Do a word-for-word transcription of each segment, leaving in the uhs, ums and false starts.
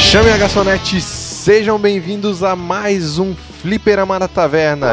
Chame a garçonete, sejam bem-vindos a mais um Fliperama na Taverna.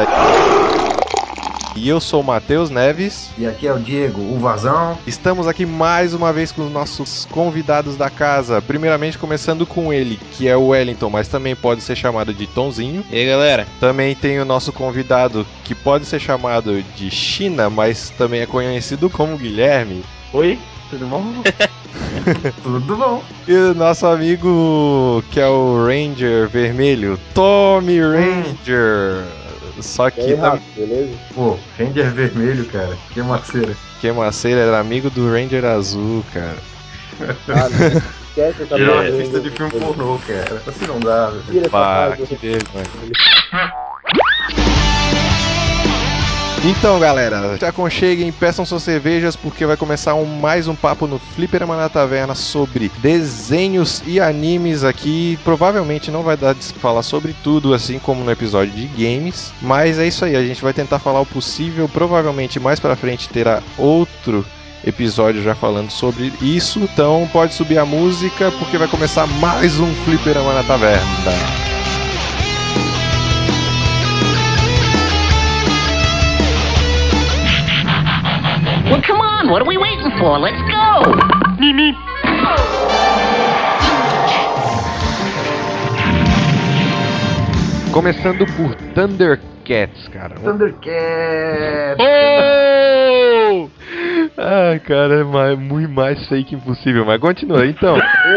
E eu sou o Matheus Neves. E aqui é o Diego, o Vazão. Estamos aqui mais uma vez com os nossos convidados da casa. Primeiramente começando com ele, que é o Wellington, mas também pode ser chamado de Tonzinho. E aí, galera? Também tem o nosso convidado, que pode ser chamado de China, mas também é conhecido como Guilherme. Oi, tudo bom? Tudo bom. E o nosso amigo, que é o Ranger Vermelho, Tommy Ranger. Só que... E aí, Rafa, beleza? Pô, Ranger Vermelho, cara. Que maceira. Que maceira, era amigo do Ranger Azul, cara. Ah, não. Esquece essa Virou parte, revista né? de filme pornô, cara. Assim não dá, velho. Tira essa Pá, parte, que vergonha. Então, galera, se aconcheguem, peçam suas cervejas, porque vai começar um, mais um papo no Fliperama na Taverna sobre desenhos e animes aqui. Provavelmente não vai dar de falar sobre tudo, assim como no episódio de games, mas é isso aí, a gente vai tentar falar o possível. Provavelmente mais pra frente terá outro episódio já falando sobre isso, então pode subir a música, porque vai começar mais um Fliperama na Taverna. Well, come on, what are we waiting for? Let's go! Meep, meep. Começando por Thundercats, cara. Thundercats. Oh! Ah, cara, é mais, muito mais fake impossível, mas continua, então.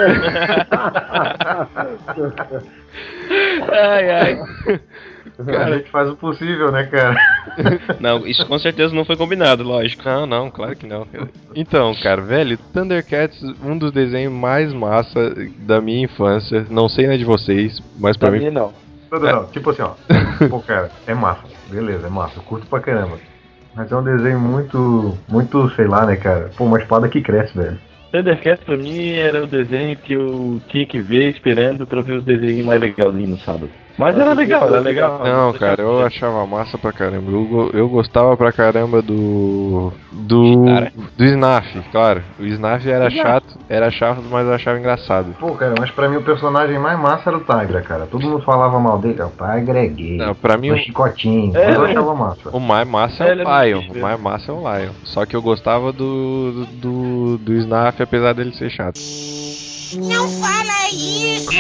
Ai, ai. A gente faz o possível, né, cara? Não, isso com certeza não foi combinado, lógico. Não, não, claro que não, cara. Então, cara, velho, Thundercats, um dos desenhos mais massa da minha infância. Não sei na de vocês, mas pra Pra mim... mim, não. Não, não, não. Tipo assim, ó. Pô, cara, é massa. Beleza, é massa. Eu curto pra caramba. Mas é um desenho muito, muito, sei lá, né, cara? Pô, uma espada que cresce, velho. Thundercats pra mim era o desenho que eu tinha que ver esperando pra ver os desenhos mais legalzinhos no sábado. Mas era legal, era legal. Não, cara, eu achava massa pra caramba. Eu, go- eu gostava pra caramba do. Do. Chitara. Do Snaf, claro. O Snaf era chato, era chato, mas eu achava engraçado. Pô, cara, mas pra mim o personagem mais massa era o Tigra, cara. Todo mundo falava mal dele. O Tigra é gay. Não, pra mim o o- chicotinho. É, Mas eu né? achava massa. O mais massa é Ele o é Lion. muito O mais massa é o Lion. Só que eu gostava do. Do. Do Snaf, apesar dele ser chato. Não fala isso!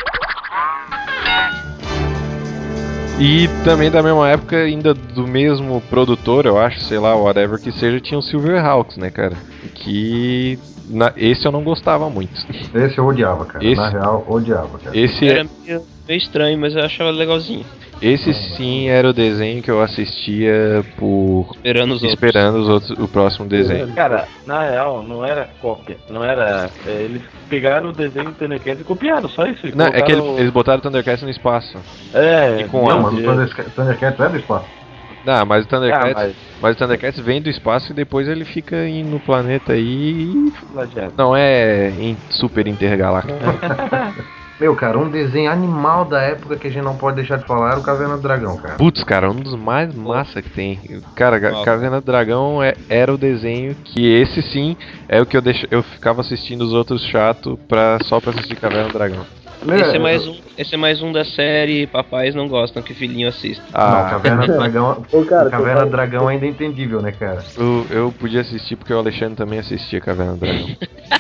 E também da mesma época, ainda do mesmo produtor, eu acho, sei lá, whatever que seja, tinha o Silverhawks, né, cara? Que. Na, esse eu não gostava muito. Esse eu odiava, cara. Esse- Na real, odiava, cara. Esse, Era meio, meio estranho, mas eu achava legalzinho. esse sim era o desenho que eu assistia por. Esperando os outros. Esperando os outros, o próximo desenho. Cara, na real, não era cópia. Não era. é, eles pegaram o desenho do Thundercats e copiaram, só isso. Não, é que ele- Colocaram- eles botaram o Thundercats no espaço. É, e com meu Não, mas o Deus. Thunder- Thundercats é do espaço. Não, mas o Thundercats, Ah, mas- mas o Thundercats vem do espaço e depois ele fica aí no planeta aí. e Plagiado. Não é em super intergaláctico. Meu, cara, um desenho animal da época que a gente não pode deixar de falar era o Caverna do Dragão, cara. Putz, cara, um dos mais massa que tem. Cara, Ca- Qual? Caverna do Dragão é- era o desenho que esse sim é o que eu deix... eu ficava assistindo os outros chato pra... só pra assistir Caverna do Dragão. Esse é, mais um, esse é mais um da série Papais Não Gostam que filhinho assista. Não, Ah, Caverna do Dragão. Ô, cara, o Caverna tu do Dragão ainda é entendível, né, cara? eu, eu podia assistir porque o Alexandre também assistia Caverna do Dragão.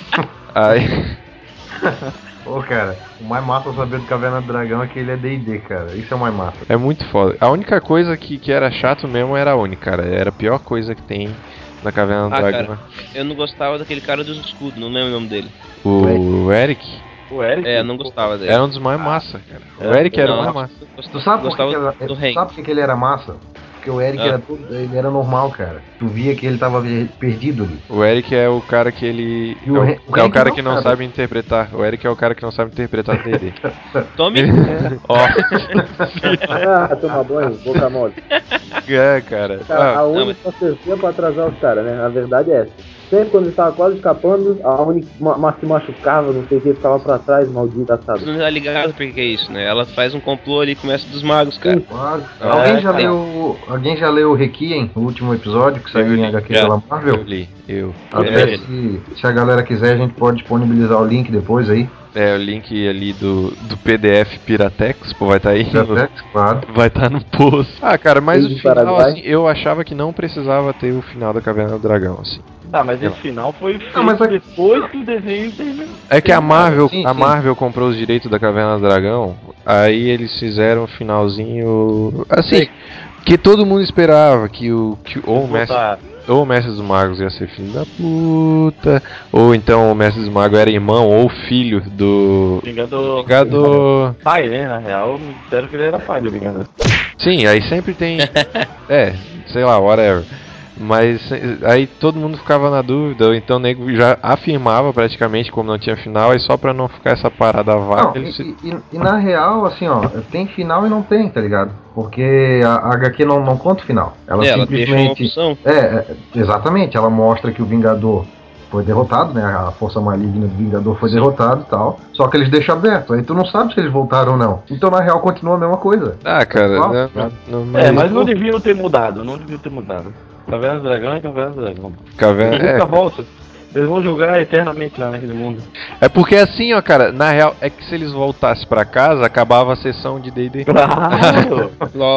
Aí, Ô, cara, o mais massa eu saber do Caverna do Dragão é que ele é D e D, cara. Isso é o mais massa. é muito foda. A única coisa que, que era chato mesmo era a Oni, cara. Era a pior coisa que tem na Caverna do Ah, Dragão. cara, eu não gostava daquele cara dos escudos, não lembro o nome dele. O Eric O Eric? É, eu não gostava dele. era um dos mais massa, cara. O É, Eric era o Não, mais massa. eu gost- Tu sabe por que, gostava que ele, do tu Hank. sabe por que ele era massa? Porque o Eric Ah. era, todo, ele era normal, cara. Tu via que ele tava perdido ali. O Eric é o cara que ele. E o é o, Ren- o é o Hank cara não, que não cara. sabe interpretar. O Eric é o cara que não sabe interpretar D e D. Tommy? Ó, Ah, toma banho, boca mole. é, cara. Cara, a Ah, Uni mas- só servia pra atrasar os caras, né? A verdade é essa. Sempre quando eles estavam quase escapando, a Uni ma ma se machucava, não sei o que, ficava pra trás, maldita Você assado. não tá ligado porque que é isso, né? Ela faz um complô ali e começa dos magos, cara. Claro. É, alguém, já cara. leu, alguém já leu o Requiem, o último episódio que saiu Eu em li, H Q já. pela eu Marvel? li, eu. Até É. se, se a galera quiser, a gente pode disponibilizar o link depois aí. É, o link ali do, do P D F Piratex, pô, vai estar tá aí. Piratex, no, claro. Vai estar tá no post. Ah, cara, mas Desde o final, Paraguai. assim, eu achava que não precisava ter o final da Caverna do Dragão, assim. Tá, mas esse final foi feito Não, mas é- depois que o desenho terminou. É que a Marvel, sim, a sim. Marvel comprou os direitos da Caverna do Dragão, aí eles fizeram um finalzinho assim, que todo mundo esperava que o que ou o Mestre, ou o Mestre dos Magos ia ser filho da puta, ou então o Mestre dos Magos era irmão ou filho do Vingador. Vingador. Pai, né? Na real, me disseram que ele era pai do Vingador. Sim, aí sempre tem, é, sei lá, whatever. Mas aí todo mundo ficava na dúvida, ou então o nego já afirmava praticamente como não tinha final, e só pra não ficar essa parada vaga, Não, eles e, e- e na real, assim, ó, tem final e não tem, tá ligado? Porque a, a H Q não, não conta o final. Ela É, ela deixa uma simplesmente. opção. É, é, exatamente, ela mostra que o Vingador foi derrotado, né? A força maligna do Vingador foi derrotado e tal. Só que eles deixam aberto, aí tu não sabe se eles voltaram ou não. Então na real continua a mesma coisa. Ah, cara, Igual, né, tá? não, não, É, mas não deviam ter mudado, não deviam ter mudado. Caverna do Dragão é Caverna do Dragão. Caverna, Nunca é, volta. Eles vão jogar eternamente lá naquele mundo. é porque assim, ó, cara, na real, é que se eles voltassem pra casa, acabava a sessão de D e D. Claro!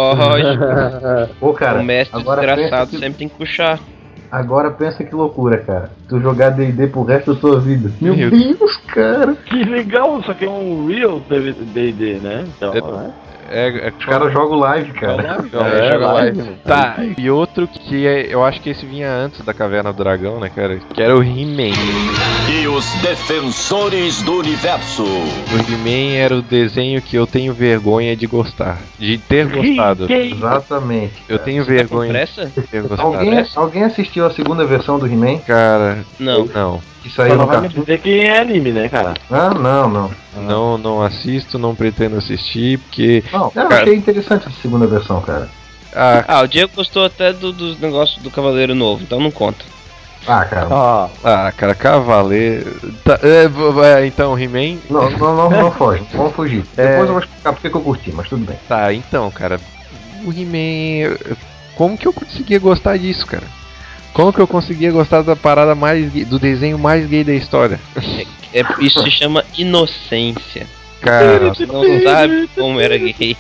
Lógico. Pô, cara, o mestre agora desgraçado pensa que, sempre tem que puxar. agora pensa que loucura, cara. Tu jogar D e D pro resto da tua vida. Meu Meu Deus, cara. Que legal, só que é um real D e D, né? Então, É- né? É, é, Os caras jogam live, cara. É, É, joga live. live. Tá, e outro que é, eu acho que esse vinha antes da Caverna do Dragão, né, cara? Que era o He-Man. E os defensores do universo. O He-Man era o desenho que eu tenho vergonha de gostar. De ter gostado. Exatamente. Eu cara. tenho Você tá com vergonha pressa? de ter gostado. Alguém, alguém assistiu a segunda versão do He-Man? Cara, Não. não. Que Só saiu não no vai me cartoon? dizer que é anime, né, cara? Ah, não, não. Não, não assisto, não pretendo assistir, porque. Não, eu Cara- achei interessante essa segunda versão, cara. Ah, Ah, o Diego gostou até do- dos negócios do Cavaleiro Novo, então não conta. Ah, cara. Ah, ah cara, Cavaleiro. Tá, é, v- é, então, He-Man. Não, não, não, não foge. Vamos fugir. É. Depois eu vou explicar porque que eu curti, mas tudo bem. Tá, então, cara. O He-Man. eu- Como que eu conseguia gostar disso, cara? Como que eu conseguia gostar da parada mais gay, do desenho mais gay da história? É, isso se chama inocência. Cara, Você não sabe como era gay.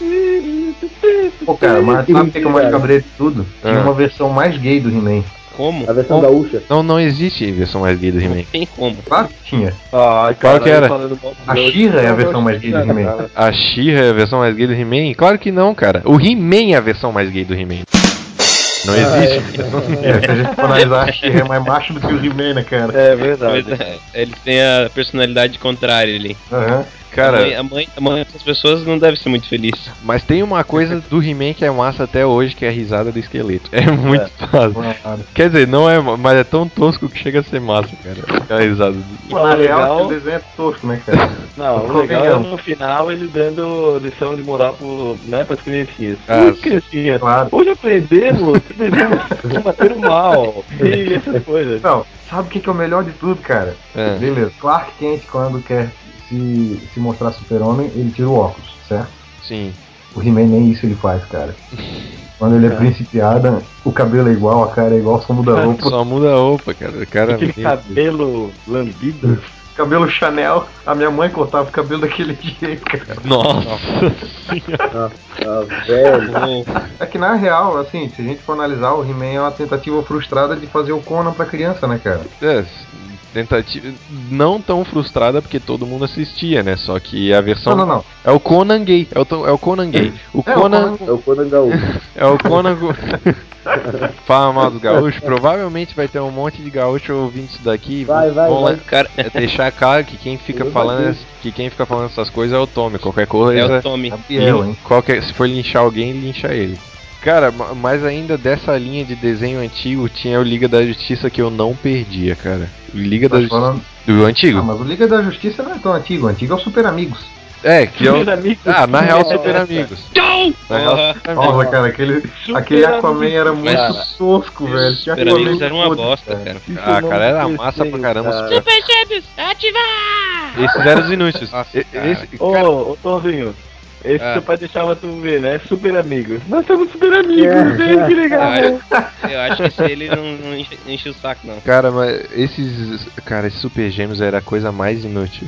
Pô, cara, mas sabe o que que é o mais cabreiro de tudo? Tinha Ah. uma versão mais gay do He-Man. Como? A versão Como? da Usha. não, não existe versão mais gay do Não He-Man. tem como. Claro que tinha. ai, Qual que era? falando mal do A meu- She-Ra é a Não, versão meu mais gay do She-Ra, He-Man. cara. A She-Ra é a versão mais gay do He-Man? Claro que não, cara. O He-Man é a versão mais gay do He-Man. Não existe. É, se a gente for analisar, a She-Ra é mais macho do que o He-Man, né, cara? É verdade. Pois é, eles têm a personalidade contrária ali. Aham. Cara, a, mãe, a, mãe, a mãe dessas pessoas não deve ser muito feliz. mas tem uma coisa do He-Man que é massa até hoje, que é a risada do esqueleto. É muito fácil. Claro. Quer dizer, não é, mas é tão tosco que chega a ser massa, cara. A risada do... Pô, na Não, real, legal. aquele desenho é tosco, né, cara? Não, o legal é no final ele dando lição de moral pro, né, pras criancinhas. Ah, Ui, criancinhas, claro. hoje aprendemos que devemos combater o mal e essas coisas. Não, sabe o que que é o melhor de tudo, cara? É. Beleza, Clark Kent, quando quer se, se mostrar super-homem, ele tira o óculos, certo? Sim. O He-Man nem isso ele faz, cara. Quando ele é, É. príncipe Adam, o cabelo é igual, a cara é igual, só muda a roupa. Só muda a roupa, cara. O cara Aquele meu Deus. cabelo lambido. Cabelo Chanel, a minha mãe cortava o cabelo daquele jeito, cara. Nossa. Ah, velho. É que na real, assim, se a gente for analisar, o He-Man é uma tentativa frustrada de fazer o Conan pra criança, né, cara? É, tentativa não tão frustrada porque todo mundo assistia, né? Só que a versão Não, não, não. é o Conan gay, é o, to- é o Conan gay. O É, o Conan É o Conan Gaúcho. é o Conan go- Fala mal dos gaúchos, provavelmente vai ter um monte de gaúcho ouvindo isso daqui. Vai, vai, Vão vai. lá- Cara, é deixar claro que quem fica Eu falando vou es- que quem fica falando essas coisas é o Tommy, qualquer coisa. É o Tommy. Gabriel, hein? Qualquer, se for linchar alguém, lincha ele. Cara, ma- mas ainda dessa linha de desenho antigo, tinha o Liga da Justiça que eu não perdia, cara. O Liga da Tá Justiça falando... do antigo. Ah, mas o Liga da Justiça não é tão antigo, o antigo é o Super Amigos. É, que eu... Super Amigos. Ah, na real, É, Super é, Amigos. Na real, Porra. Super Amigos. Nossa, cara, aquele, Super aquele Aquaman Amigos, era muito cara. tosco, velho. Que Super Aquaman Amigos era uma foda, bosta, cara. Ah, cara, era massa pra caramba. cara. Super... Gêmeos, ativar! Esses eram os inúteis. Nossa, E- cara. esse, Ô, cara, ô Tomzinho, esse Ah. seu pai deixava tu ver, né? Super Amigos. Nós somos Super Amigos, É. velho, que legal. Eu acho que esse ele não, não enche, enche o saco, não. cara, mas esses. Cara, esses Super Gêmeos era a coisa mais inútil.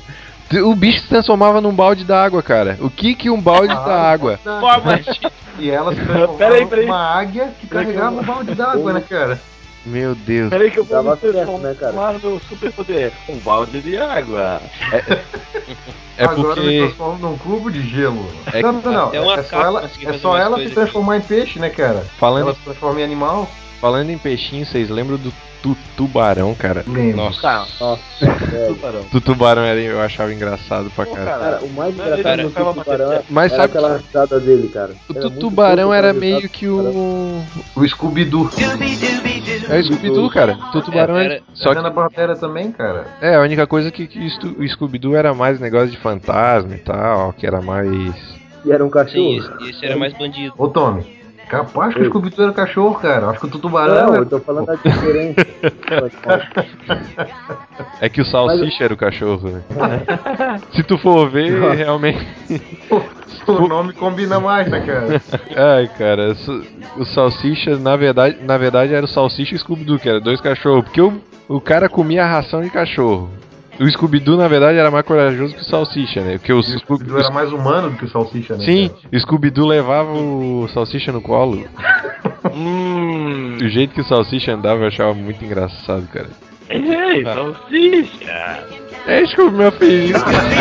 O bicho se transformava num balde d'água, cara. O que que um balde Ah, da água? Forma de... E ela se transformava Peraí, peraí. numa águia que Peraí que carregava eu- um balde d'água, né, cara? Meu Deus. Peraí que eu vou Dava me certo, transformar né, cara? no meu super poder. Um balde de água. É Agora me porque... transforma num cubo de gelo. É não, não, não. até uma É só capa ela, conseguia é fazer só mais ela se coisa transformar em peixe, né, cara? Falando, Ela se transforma em animal. falando em peixinho, vocês lembram do tu- tubarão, cara? Lembro. Nossa. Tá. Nossa, velho. Tubarão. Do tubarão era, eu achava engraçado pra Pô, caralho. Cara, o mais Não, ele engraçado do ficava tubarão era, Mas era sabe aquela risada dele, cara. O Era tu- muito tubarão tosco era aquela risada meio do que tubarão. um... O Scooby-Doo. É o Scooby-Doo, cara. O tubarão Era- era... Só Só que... Barbera também, cara. É, a única coisa que, que o o Scooby-Doo era mais negócio de fantasma e tal, que era mais... E era um Sim, cachorro. esse, esse era mais bandido. Ô, Tommy. Capaz que o Oi. Scooby-Doo era cachorro, cara. Acho que o tubarão Não, era... eu tô falando da diferença. É que o Salsicha era o cachorro, né? Se tu for ver, realmente... O nome combina mais, né, cara? Ai, cara, o- o Salsicha, na verdade, na verdade era o Salsicha e o Scooby-Doo, que era dois cachorros, porque o, o cara comia a ração de cachorro. O Scooby-Doo, na verdade, era mais corajoso que o Salsicha, né? Porque o, O Scooby-Doo era mais humano do que o Salsicha, né? Sim, cara? o Scooby-Doo levava o Salsicha no colo. Hum. O jeito que o Salsicha andava eu achava muito engraçado, cara. Ei, salsicha. É Scooby, meu filho.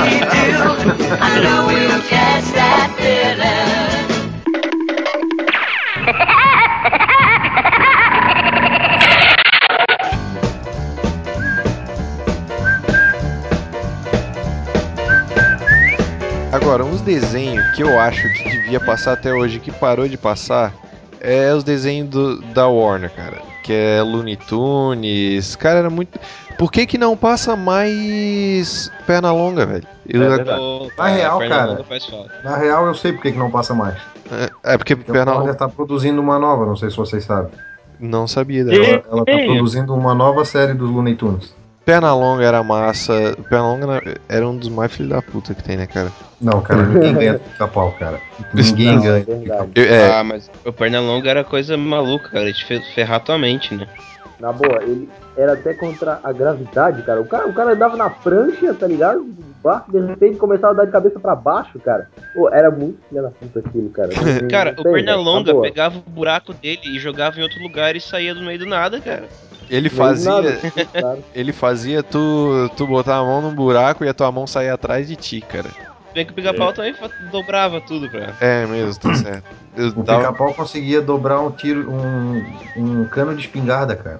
Agora, uns desenhos que eu acho que devia passar até hoje, que parou de passar, é os desenhos do- da Warner, cara. Que é Looney Tunes. Cara, era muito. Por que que não passa mais Pernalonga, velho? Eu- É é, verdade. Pô, Na real, Pernalonga cara. faz falta. Na real, eu sei por que que não passa mais. é porque Porque a Warner Pernalonga. tá produzindo uma nova, não sei se vocês sabem. Não sabia Que? dela. Ela, ela tá Ei. produzindo uma nova série dos Looney Tunes. Pernalonga era massa. Pernalonga na- era um dos mais filhos da puta que tem, né, cara? Não, cara, ninguém ganha do pica-pau, cara. Ninguém Não, ganha é do verdade. pica-pau. Eu- é, Ah, mas o Pernalonga era coisa maluca, cara. Ele te fez ferrar tua mente, né? Na boa, ele era até contra a gravidade, cara. O cara, o cara andava na prancha, tá ligado? O barco, de repente, começava a dar de cabeça pra baixo, cara. Pô, era muito filha da puta aquilo, cara. Não- não- Cara, não o sei, velho. Pernalonga Na boa. pegava o buraco dele e jogava em outro lugar e saía do meio do nada, cara. ele Nem nada, fazia. claro. Ele fazia tu, tu botar a mão num buraco e a tua mão sair atrás de ti, cara. Bem que o pica-pau também fa- dobrava tudo pra. É mesmo, tá certo. Eu O dava- pica-pau conseguia dobrar um tiro, um, um cano de espingarda, cara.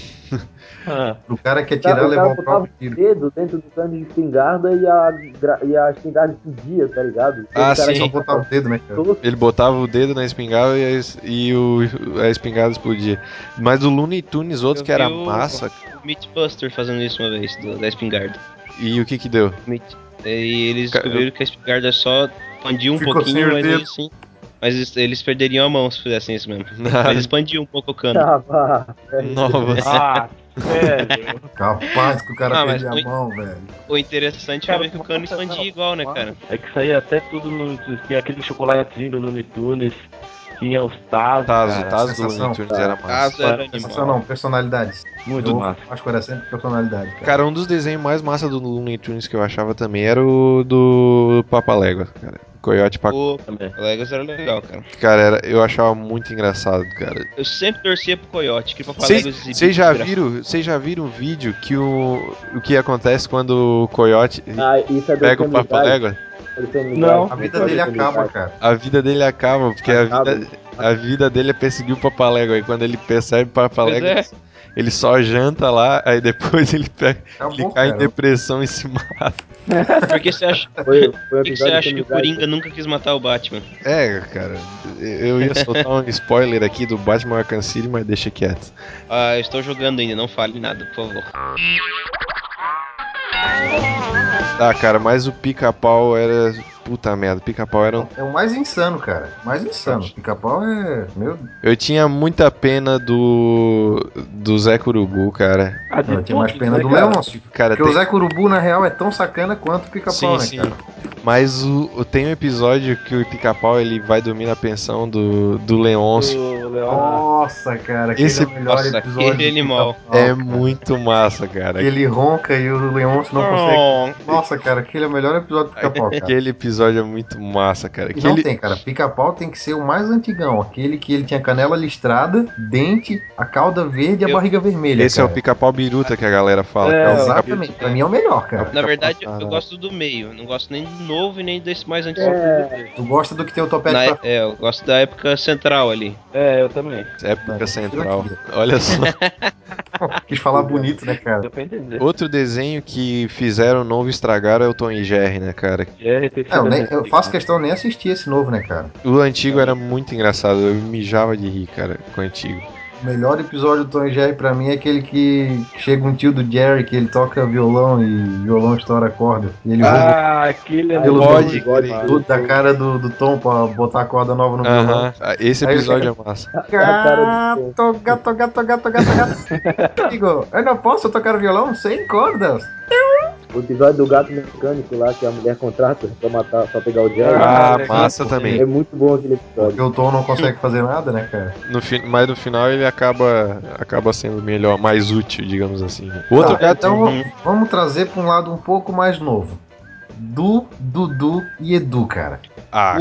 Ah, Pro cara que O cara, atirar, o levar cara o botava próprio o tiro. dedo dentro do cano de espingarda e a, gra- e a espingarda explodia, tá ligado? Ah, O cara sim. Só botar o dedo, né, cara? tosco. Ele botava o dedo na espingarda e, a, es- e o, a espingarda explodia. Mas o Looney Tunes, outros Eu que era vi o- massa. O Mythbuster fazendo isso uma vez, do- da espingarda. E o que que deu? Myth- E eles Ca- descobriram que a espingarda só expandia um Ficou pouquinho, sem o mas dedo. mesmo assim. Mas eles, eles perderiam a mão se fizessem isso mesmo. Nada. Mas expandia um pouco o cano. Ah, vá, velho. Nossa. ah velho. Capaz que o cara Ah, mas perdia foi- a mão, velho. O interessante é ver que o cano expandia igual, né, cara? É que saía até tudo no. Tinha aquele chocolatezinho do Looney Tunes. Tinha os Tazos, Tazo, cara. Tazo do sensação. Looney Tunes era massa. Caso era Sensação animal. não, personalidades. Muito Eu massa. acho que era sempre personalidade, cara. Cara, um dos desenhos mais massa do Looney Tunes que eu achava também era o do Papalégua, cara. Coyote Pac... O Também. Legos era legal, cara. Cara, era, eu achava muito engraçado, cara. Eu sempre torcia pro Coyote, que Papai Legos exibia. Vocês já desgraça. viram, vocês já viram um vídeo que o o que acontece quando o Coyote Ah, isso é do pega o Family Guy. Papalégua? É do Family Não. Guy. A vida É do dele Family acaba, Guy. cara. A vida dele acaba, porque a Acaba. vida, a vida dele é perseguir o Papalégua. Aí quando ele percebe o Papalégua, Pois é. ele só janta lá, aí depois ele, pega, Acabou, ele cai em cara. depressão e se mata. Por que você acha, Foi, foi um por que que você episódio acha do que o Family Guy. Coringa nunca quis matar o Batman? É, cara, eu ia soltar um spoiler aqui do Batman Arkham City, mas deixa quieto. Ah, eu estou jogando ainda, não fale nada, por favor. Ah, cara, mas o Pica-Pau era... Puta merda, o Pica-Pau era um... É o mais insano, cara. Mais insano. Pica-pau é. Meu Deus. Eu tinha muita pena do... do Zé Curubu, cara. Ah, de Eu tinha mais todos, pena né, do cara? Leôncio. Cara, Porque tem... o Zé Curubu, na real, é tão sacana quanto o pica-pau, Sim, né, sim. cara? Mas o, o- tem um episódio que o Pica-Pau ele vai dormir na pensão do, do Leôncio. O Leão. Nossa, cara, aquele Esse- é o melhor Nossa, episódio. aquele do animal. Pica-Pau, É cara. muito massa, cara. Ele ronca e o Leôncio não consegue. Nossa, cara, aquele é o melhor episódio do Pica-Pau, cara. Aquele episódio é muito massa, cara. E não Aquele... tem, cara. Pica-Pau tem que ser o mais antigão. Aquele que ele tinha canela listrada, dente, a cauda verde e a Eu- barriga vermelha. Esse é o cara. pica-pau biruta que a galera fala. É, que é o Exatamente. Pra mim é o melhor, cara. Na verdade, eu Caralho. gosto do meio. Não gosto nem do novo e nem desse mais antigo. É, Tu gosta do que tem o topete Na- pra é, eu gosto da época central ali. É, eu também. Época Não, central. aquilo Olha só. Quis falar bonito, né, cara? Deu pra entender. Outro desenho que fizeram novo e estragaram é o Tom e Jerry, né, cara? Jerry tem É, eu, sido nem- antigo. eu faço questão nem assistir esse novo, né, cara? O antigo era muito engraçado. Eu mijava de rir, cara, com o antigo. O melhor episódio do Tom e Jerry pra mim é aquele que chega um tio do Jerry que ele toca violão e o violão estoura a corda. E ele rouba Ah, aquele é Pelo Pode do- crer. tudo da cara do, do Tom pra botar a corda nova no violão. Aham. Ah, Esse Aí ele episódio é massa. Gato, gato, gato, gato, gato, gato. Digo, eu não posso tocar violão sem cordas. o episódio do gato mecânico lá, que a mulher contrata pra matar, pra pegar o Jerry. Ah, legal. massa também. É muito bom aquele episódio. Porque o Tom não consegue fazer nada, né, cara? No fi... Mas no final ele acaba, acaba sendo melhor, mais útil, digamos assim. O outro Tá, gato. então vamos trazer pra um lado um pouco mais novo. Du, Dudu e Edu, cara. Ah,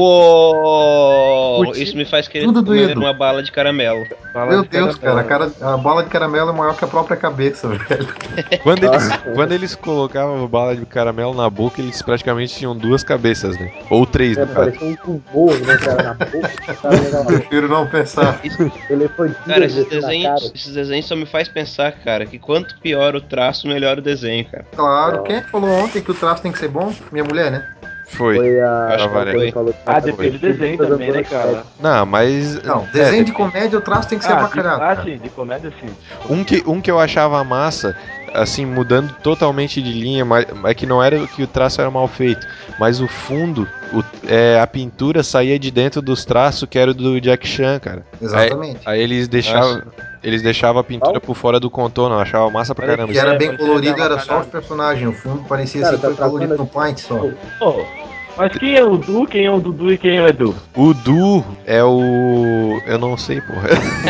Uou! Curti Isso me faz querer tudo do comer Edu. uma bala de caramelo. Fala Meu de Deus, cara, a, caramelo. cara, a bala de caramelo é maior que a própria cabeça, velho. quando eles, quando eles colocavam bala de caramelo na boca, eles praticamente tinham duas cabeças, né? Ou três, É, no caso. parecia um tumor, né, cara, na boca. O cara pegava lá, Prefiro não pensar. elefantinho Cara, esses assim na cara. desenhos, esses desenhos só me faz pensar, cara, que quanto pior o traço, melhor o desenho, cara. Claro, quem é que falou ontem que o traço tem que ser bom? Minha mulher, né? Foi. Foi a. Acho que quando foi. ele falou que Ah, depende do desenho também, né, cara? Não, mas. Não, é, desenho de comédia, o traço tem que ser Ah, de, bacalhado. ah, cara. sim, de comédia sim. Um que, um que eu achava massa, assim, mudando totalmente de linha, mas é que não era que o traço era mal feito, mas o fundo, o- é, a pintura saía de dentro dos traços que era do Jack Chan, cara. Exatamente. Aí eles deixavam, eles deixavam a pintura por fora do contorno, eu achava massa pra caramba. Que era É, bem parecia colorido, dar uma era só os cagada. personagens. O fundo parecia Cara, assim que tá foi colorido no tratando- Paint só. Pô, mas quem é o Du, quem é o Dudu e quem é o Edu? O Du é o. Eu não sei, porra.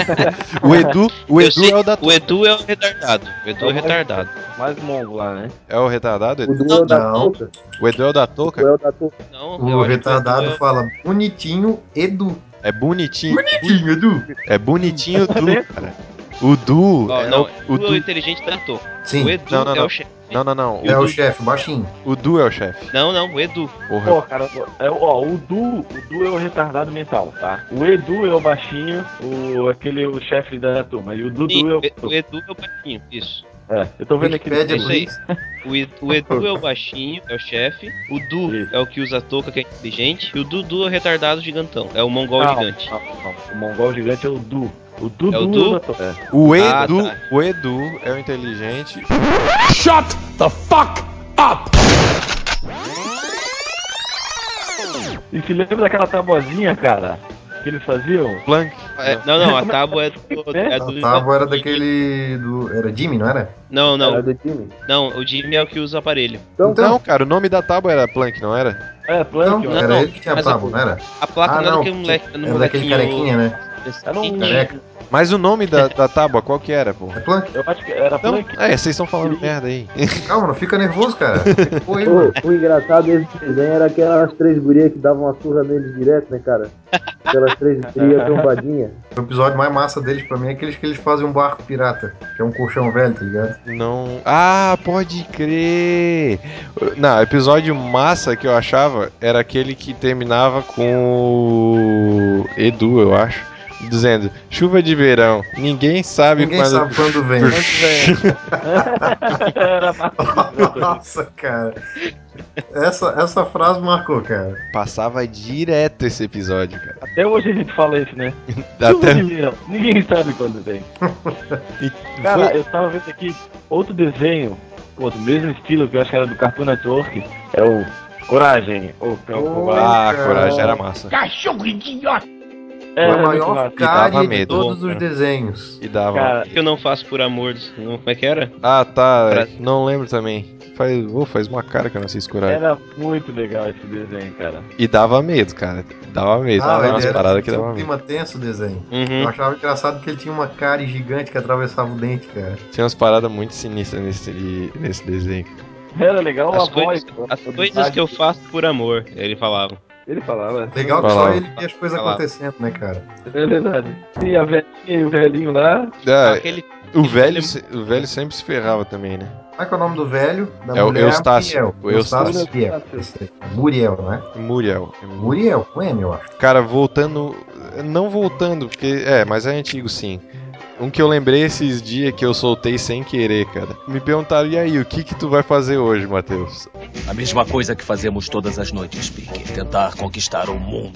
o Edu, o Eu Edu sei, é o da o Edu é o retardado. O Edu é o retardado. Mais mongo lá, né? É o retardado? O duel da Não. touca. O Edu é o da O touca? duel da touca. Não, eu O acho que o retardado Edu é- fala bonitinho Edu. É bonitinho. Bonitinho, Edu. É bonitinho Du, cara. O Du. Ó, é não, o, o o Edu é o Du. inteligente da touca. O Sim, Edu Não, não, é não. o chefe. Não, não, não. é O, o chefe, baixinho. o Du é o chefe. Não, não, o Edu. Porra. Pô, cara, é, ó, o Du, o Du é o retardado mental, tá? O Edu é o baixinho, o, aquele, o chefe da turma. E o Dudu Sim, é o... o Edu é o baixinho, isso. É, eu tô vendo aqui... Wikipédia, isso aí. please. O Edu, o Edu é o baixinho, é o chefe. O Du Isso. é o que usa a touca, que é inteligente. E o Dudu é o retardado gigantão. É o mongol Não, gigante. não, não. O mongol gigante é o Du. O Dudu É o Du? É. O Ah, Edu, tá. o Edu é o inteligente. E se lembra daquela tabuazinha, cara? Que eles faziam? Plank. É, não, não, a tábua é do. É A do tábua era daquele. Do, era Jimmy, não era? Não, Era não. do time. Não, o Jimmy é o que usa o aparelho. Então, Não, cara, o nome da tábua era Plank, não era? É, Não, Plank, não, era não, ele que tinha a mas a- tábua, não era? A placa Ah, não é não, daquele moleque. No era daquele carequinha, né? Era um... Careca. Mas o nome da, da tábua, qual que era, pô? É Plank? Eu acho que era Não, Plank. é, vocês estão falando merda aí. Calma, não fica nervoso, cara. Pô, aí, mano. O, o engraçado desse desenho era aquelas três gurias que davam uma surra neles direto, né, cara? Aquelas três gurias trombadinhas. O episódio mais massa deles pra mim é aqueles que eles fazem um barco pirata, que é um colchão velho, tá ligado? Não. Ah, pode crer! Não, episódio massa que eu achava era aquele que terminava com o Edu, eu acho. Dizendo, chuva de verão, ninguém sabe Ninguém quando. sabe quando vem. Era maravilhoso. Nossa, cara. Essa, essa frase marcou, cara. Passava direto esse episódio, cara. Até hoje a gente fala isso, né? Até... Chuva de verão. Ninguém sabe quando vem. E Cara, foi- eu tava vendo aqui outro desenho, pô, do mesmo estilo que eu acho que era do Cartoon Network. É o Coragem. Ou, é o Oh. Ah, cara. coragem era massa. Cachorro idiota! É, Foi a muito maior massa. E dava cárie de medo. todos Bom, os cara. desenhos. E dava. Cara, que eu não faço por amor. Não, como é que era? Ah, tá. Pra- Não lembro também. Faz, oh, faz uma cara que eu não assisto Kurage. era muito legal esse desenho, cara. E dava medo, cara. Dava medo. Ah, Dava ele umas era, paradas que tinha dava um medo. clima tenso o desenho. Uhum. Eu achava engraçado que ele tinha uma cárie gigante que atravessava o dente, cara. Tinha umas paradas muito sinistras nesse, nesse desenho. Era legal As a voz. coisas, as coisas que eu faço por amor, ele falava. Ele falava. Legal que Falava. só ele via as coisas Falava. acontecendo, né, cara? É verdade. E a velhinha e o velhinho lá. Ah, Aquele, o, aquele velho, velho- se- o velho sempre se ferrava também, né? Como é que é o nome do velho? Da É o mulher Eustácio. Muriel. O Eustácio. Muriel. Esse aí. Muriel, né? Muriel. Muriel, com M, eu acho. Cara, voltando. Não voltando, porque. É, mas é antigo sim. Um que eu lembrei esses dias que eu soltei sem querer, cara. Me perguntaram, e aí, o que que tu vai fazer hoje, Matheus? A mesma coisa que fazemos todas as noites, Pink. Tentar conquistar o mundo.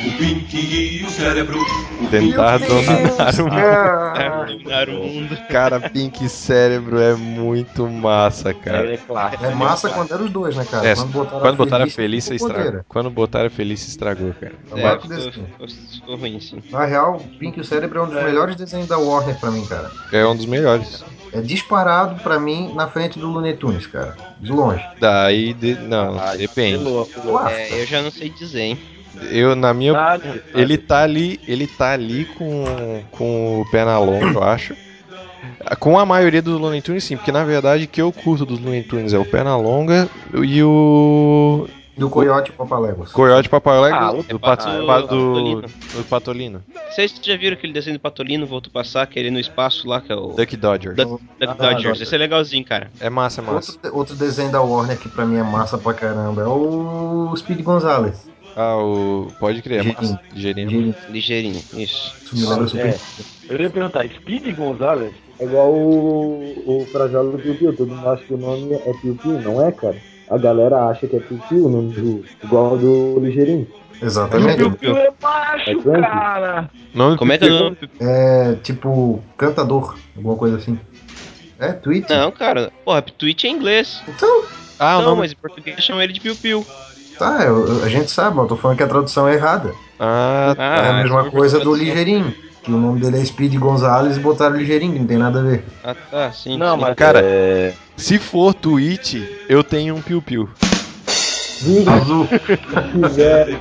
Tentar dominar o mundo. Ah, dominar o mundo. Cara, Pink Cérebro é muito massa, cara. É clássico. é massa quando eram os dois, né, cara? É, quando botaram, quando a botaram a Felícia, Felícia, ficou estragou. podeira. Quando botaram a Felícia, estragou, cara. É, É, marco ficou, desenho. ficou, ficou ruim, sim. Na real, Pink e o Cérebro é um dos melhores desenhos da Warner pra mim, cara. É um dos melhores. É disparado pra mim na frente do Looney Tunes, cara. De longe. Daí, de... não, Ah, depende. apelou, apelou. Uau. É, eu já não sei dizer, hein? Eu, na minha Sabe, opinião, sabe. ele tá ali, ele tá ali com, com o pé na longa, eu acho. Com a maioria dos Looney Tunes, sim, porque na verdade o que eu curto dos Looney Tunes é o pé na longa e o Do Coyote e Papaléguas. Coyote Papaléguas Ah, o- do, Pato, ah, o- pa- o do, Patolino. do Patolino. Vocês já viram aquele desenho do Patolino, voltou a passar, aquele no espaço lá, que é o Duck Dodger. Duck, Duck Ah, Dodgers. Dodger. Esse é legalzinho, cara. É massa, é massa. Outro, outro desenho da Warner que pra mim é massa pra caramba é o Speed Gonzalez. Ah, o. Pode crer, é Ligeirinho. massa. Ligeirinho. Ligeirinho. Ligeirinho, isso. Isso me lembra super. É. Eu ia perguntar, Speed Gonzalez? É igual o, o Frajola do Piu Piu. Todo mundo acha que o nome é Piu Piu, não é, cara? A galera acha que é Piu Piu, o nome do, igual ao do Ligeirinho. Exatamente. Piu, Tu é macho, É Clank? cara! Nome Como é que é o nome? É tipo cantador, alguma coisa assim. É, tweet. Não, cara. Porra, Twitch é inglês. Então, Ah, o Não, nome. mas em português chamam ele de Piu Piu. tá, eu- eu- a gente sabe, mas eu tô falando que a tradução é errada. Ah, é Ah, a mesma por coisa do tradução. Ligeirinho. Que o nome dele é Speed Gonzalez e botaram Ligeirinho, que não tem nada a ver. Ah, tá, sim. Não, sim. mas Cara, é... se for Twitch, eu tenho um piu-piu. Azul. Quiser.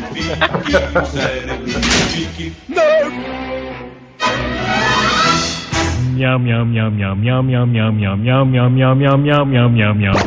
Meow meow meow meow meow meow meow meow meow meow meow meow meow meow meow meow.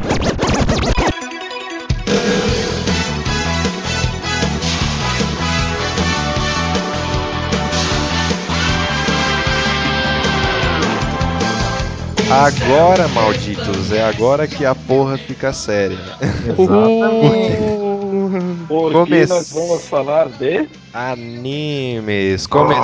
Agora, malditos, é agora que a porra fica séria. Exatamente. Porque Come- nós vamos falar de... Animes. Começando.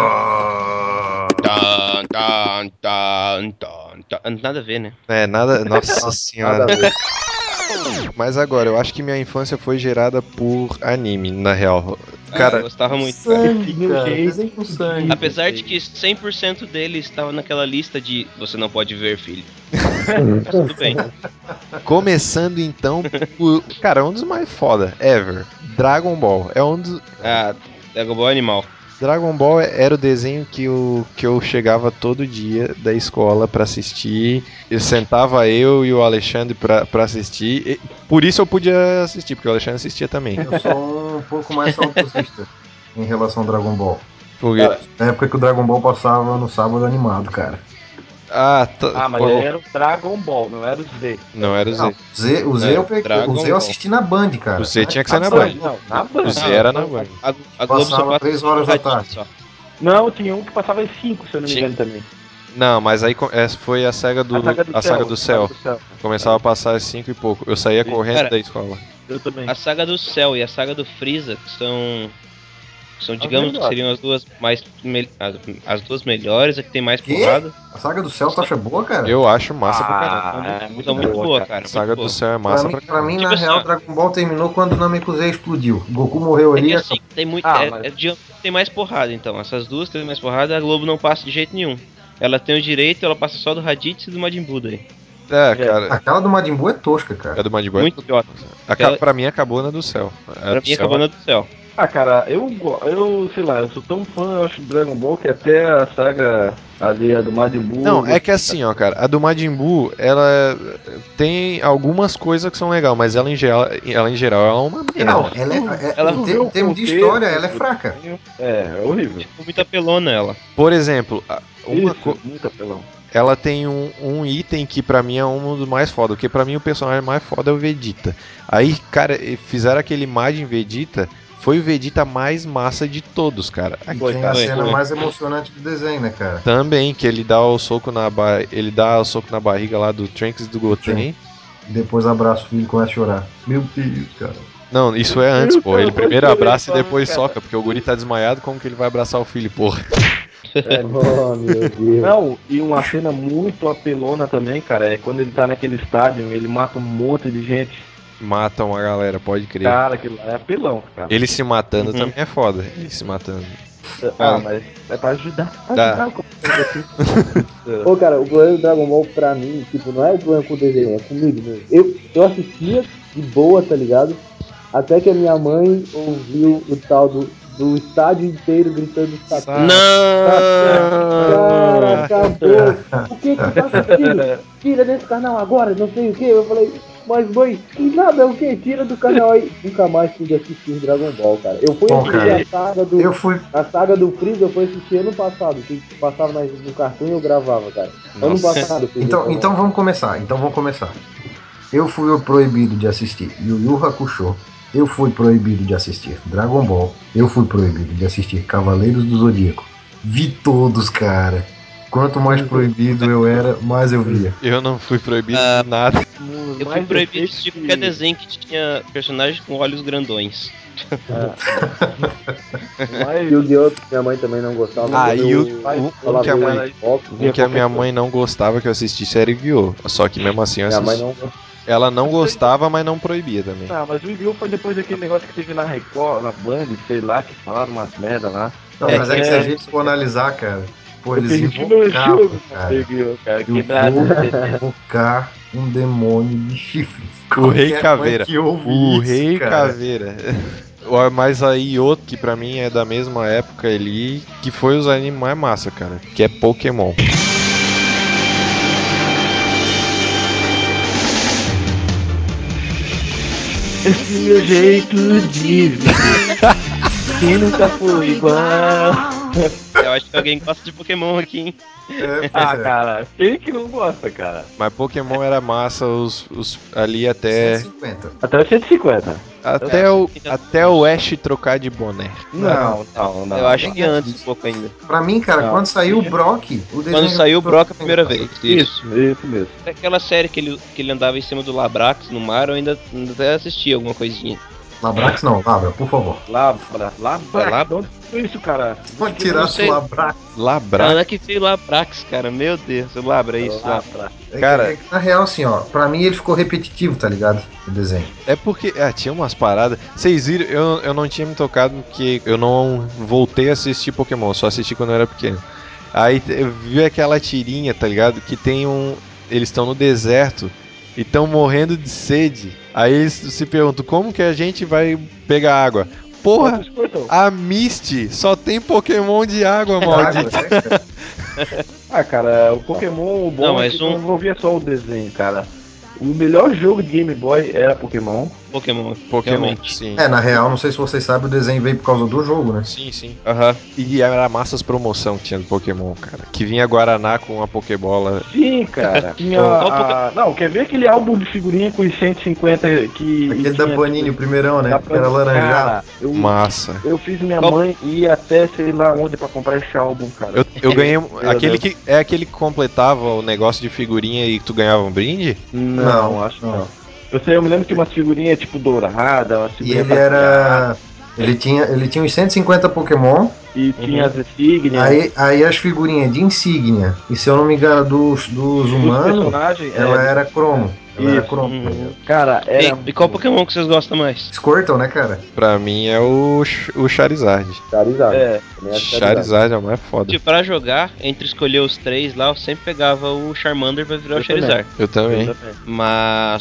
Tan, tan, tan, tan, tan. Nada a ver, né? É, nada. Nossa senhora. Nada a ver. Mas agora, eu acho que minha infância foi gerada por anime, na real. Ah, eu Cara, gostava muito, cara. Sangue, cara. jeito Desenho com sangue. Apesar de que cem por cento dele estava naquela lista de você não pode ver, filho. Mas tudo bem. começando então por. Cara, um dos mais foda, ever. Dragon Ball. É um dos. Ah, Dragon Ball é animal. Dragon Ball era o desenho que eu, que eu chegava todo dia da escola pra assistir. Eu sentava eu e o Alexandre pra, pra assistir. E por isso eu podia assistir, porque o Alexandre assistia também. Eu sou um pouco mais saudosista em relação ao Dragon Ball. Porque... Na época que o Dragon Ball passava no sábado animado, cara. Ah, tá. Ah, mas pô, era o Dragon Ball, não era o Z. Não era o Z. Não, Z, o Z, É, eu, peguei, Dragon o Z eu Ball. assisti na Band, cara. O Z tinha que ser na Ah, Band. Não, na Band. O Z era na Band. A, a Globo Passava só passa três horas da radinho tarde. só. Não, tinha um que passava às cinco, se eu não me Tinha. engano também. Não, mas aí co- essa foi a saga do, A Saga do a Céu. saga do céu. A Saga do Céu. Começava a passar às cinco e pouco. Eu saía correndo Cara, da escola. Eu também. A saga do Céu e a saga do Freeza, que são. São, digamos, que melhores. seriam as duas mais. me- as, as duas melhores, a que tem mais Quê? porrada. A saga do céu, tu acha boa, cara? Eu acho massa pra caramba. Ah, é muito São muito boa, boa, cara. cara. A saga muito do boa. céu é Pra massa mim, pra pra caramba. mim Tipo na assim, real, ó. Dragon Ball terminou quando o Namekusei explodiu. Goku morreu É ali. que assim, tem muito. Ah, é, mas- é de- tem mais porrada, então. Essas duas tem mais porrada, a Globo não passa de jeito nenhum. Ela tem o direito, ela passa só do Raditz e do Majin Buu daí. É, cara. Aquela do Majin Buu é tosca, cara. É do Majin Buu. Muito idiota. Aca- Pra mim acabou na do céu. A Pra do mim céu, acabou na do céu. Ah, cara, eu, go- eu sei lá, eu sou tão fã, eu acho, de Dragon Ball que até a saga ali, a do Majin Buu... Não, é que assim, ó, cara, a do Majin Buu, ela tem algumas coisas que são legais, mas ela em geral, ela, em geral, ela é uma merda. Não, ela é, é, Ela em não te- vê o termos de contexto história, ela é do fraca. desenho. É, é horrível. Ficou muito apelona ela. Por exemplo, a- uma Isso, co- muito apelão. ela tem um, um item que pra mim é um dos mais foda, porque pra mim o personagem mais foda é o Vegeta. Aí, cara, e fizeram aquele Majin Vegeta, foi o Vegeta mais massa de todos, cara. E Foi, tem a foi, cena foi. mais emocionante do desenho, né, cara? Também, que ele dá o soco na ba... ele dá o soco na barriga lá do Trunks e do Goten. Depois abraça o filho e começa a chorar. Meu Deus, cara. Não, isso é antes, pô. Ele Eu primeiro gostei abraça e dele depois falando, soca, porque o guri tá desmaiado, como que ele vai abraçar o filho, porra? Oh, meu Deus. Não, e uma cena muito apelona também, cara, é quando ele tá naquele estádio, ele mata um monte de gente. Matam a galera, pode crer. Cara, aquilo lá é apelão, cara. Ele se matando Uhum. também é foda. Ele se matando. Ah, mas é pra ajudar. Pra Dá. ajudar como assim. Pô, cara, o problema do Dragon Ball pra mim, tipo, não é o problema com o desenho, é comigo mesmo. Eu, eu assistia de boa, tá ligado? Até que a minha mãe ouviu o tal do, do estádio inteiro gritando Satã. Cara, Não! acabou. O que que tu tá assistindo? Tira desse canal agora, não sei o que. Eu falei, mas mãe, que nada, o que? Tira do canal aí. Nunca mais pude assistir Dragon Ball, cara. Eu fui Bom, assistir cara, a saga do. Eu fui. A saga do Freeza eu fui assistir ano passado, que passava mais no cartoon e eu gravava, cara. Ano Nossa. passado, eu fiz Então, isso, então né? vamos começar. Então vamos começar. Eu fui o proibido de assistir Yu Yu Hakusho. Eu fui proibido de assistir Dragon Ball. Eu fui proibido de assistir Cavaleiros do Zodíaco. Vi todos, cara. Quanto mais proibido eu era, mais eu via. Eu não fui proibido Ah, de nada. Eu fui proibido de assistir qualquer desenho que tinha personagens com olhos grandões. Mas Yu-Gi-Oh! Minha mãe também não gostava. Ah, eu e o, um, um falava que a mãe, cara, Xbox, um que a minha mãe não gostava que eu assistisse era Yu-Gi-Oh! Só que mesmo assim eu minha mãe assisti. não Ela não gostava, mas não proibia também. Ah, mas o Yu-Gi-Oh! Foi depois daquele negócio que teve na Record, na Band, sei lá, que falaram umas merda lá. Não, É, mas é que é, se a gente for analisar, cara, pô, Eu eles perdi meu invocavam, jogo com cara. Yu-Gi-Oh! Cara, Eu quebrado. vou invocar um demônio de chifres. O Rei Qualquer Caveira. mãe que ouve O isso, Rei cara. Caveira. Ó, mas aí outro que pra mim é da mesma época ali, que foi os animes mais massa, cara, que é Pokémon. Esse meu jeito de viver, que nunca foi igual. Eu acho que alguém gosta de Pokémon aqui, hein? É, pois Ah, é. cara, quem que não gosta, cara? Mas Pokémon era massa os, os ali até cento e cinquenta. Até o cento e cinquenta. até o até o Ash trocar de boné. Não, não, não. Eu acho nem que é antes isso. um pouco ainda. Pra mim, cara, Não. quando saiu o Brock, o desenho Quando saiu o do Brock a primeira vez. Isso. Isso, isso mesmo. Aquela série que ele, que ele andava em cima do Labrax no mar, eu ainda, ainda até assisti alguma coisinha. Labrax não, Labra, por favor. Labra, Labra. É Labra? Onde foi isso, cara? Pode não tirar sei. o Labrax. Labra. Onde é que veio Labrax, cara? Meu Deus, o Labra, é isso. Labra. É Cara- que, é que, na real, assim, ó, pra mim ele ficou repetitivo, tá ligado? O desenho. É porque ah, tinha umas paradas. Vocês viram, eu, eu não tinha me tocado porque eu não voltei a assistir Pokémon, só assisti quando eu era pequeno. Aí eu vi aquela tirinha, tá ligado? Que tem um. Eles estão no deserto e estão morrendo de sede. Aí eles se perguntam como que a gente vai pegar água. Porra, Quantos cortam? a Misty só tem Pokémon de água, maldito. Água, né, cara? Ah, cara, o Pokémon, o bom Não, é mas que um- não envolvia só o desenho, cara. O melhor jogo de Game Boy era Pokémon. Pokémon. Pokémon, Realmente. sim. É, na real, não sei se vocês sabem, o desenho veio por causa do jogo, né? Sim, sim. Aham. E era massas promoção que tinha do Pokémon, cara. Que vinha Guaraná com uma Pokébola. Sim, cara. Tinha Qual a... Não, quer ver aquele álbum de figurinha com os cento e cinquenta que... Aquele e da tinha, Panini, o tipo, primeirão, né? da Que era Panini. laranjado. Cara, eu, Massa. eu fiz minha Qual- mãe ir até sei lá onde pra comprar esse álbum, cara. Eu, eu ganhei um- Meu aquele Deus. que é aquele que completava o negócio de figurinha e tu ganhava um brinde? Não, Não, acho que não. não. Eu sei, eu me lembro que umas figurinhas tipo dourada, umas E figurinhas ele era. Ele tinha, ele tinha uns cento e cinquenta Pokémon, E tinha as insígnias. aí, aí as figurinhas de insígnia, e se eu não me engano, dos, dos Os humanos, personagens. ela é, era cromo. Ela era Isso. cromo. Uhum. Cara, era. E, e qual Pokémon que vocês gostam mais? Squirtle, né, cara? Pra mim é o, Ch- o Charizard. Charizard. É. Também acho Charizard é o mais foda. Tipo, pra jogar, entre escolher os três lá, eu sempre pegava o Charmander pra virar o Eu também. Charizard. Eu também. Mas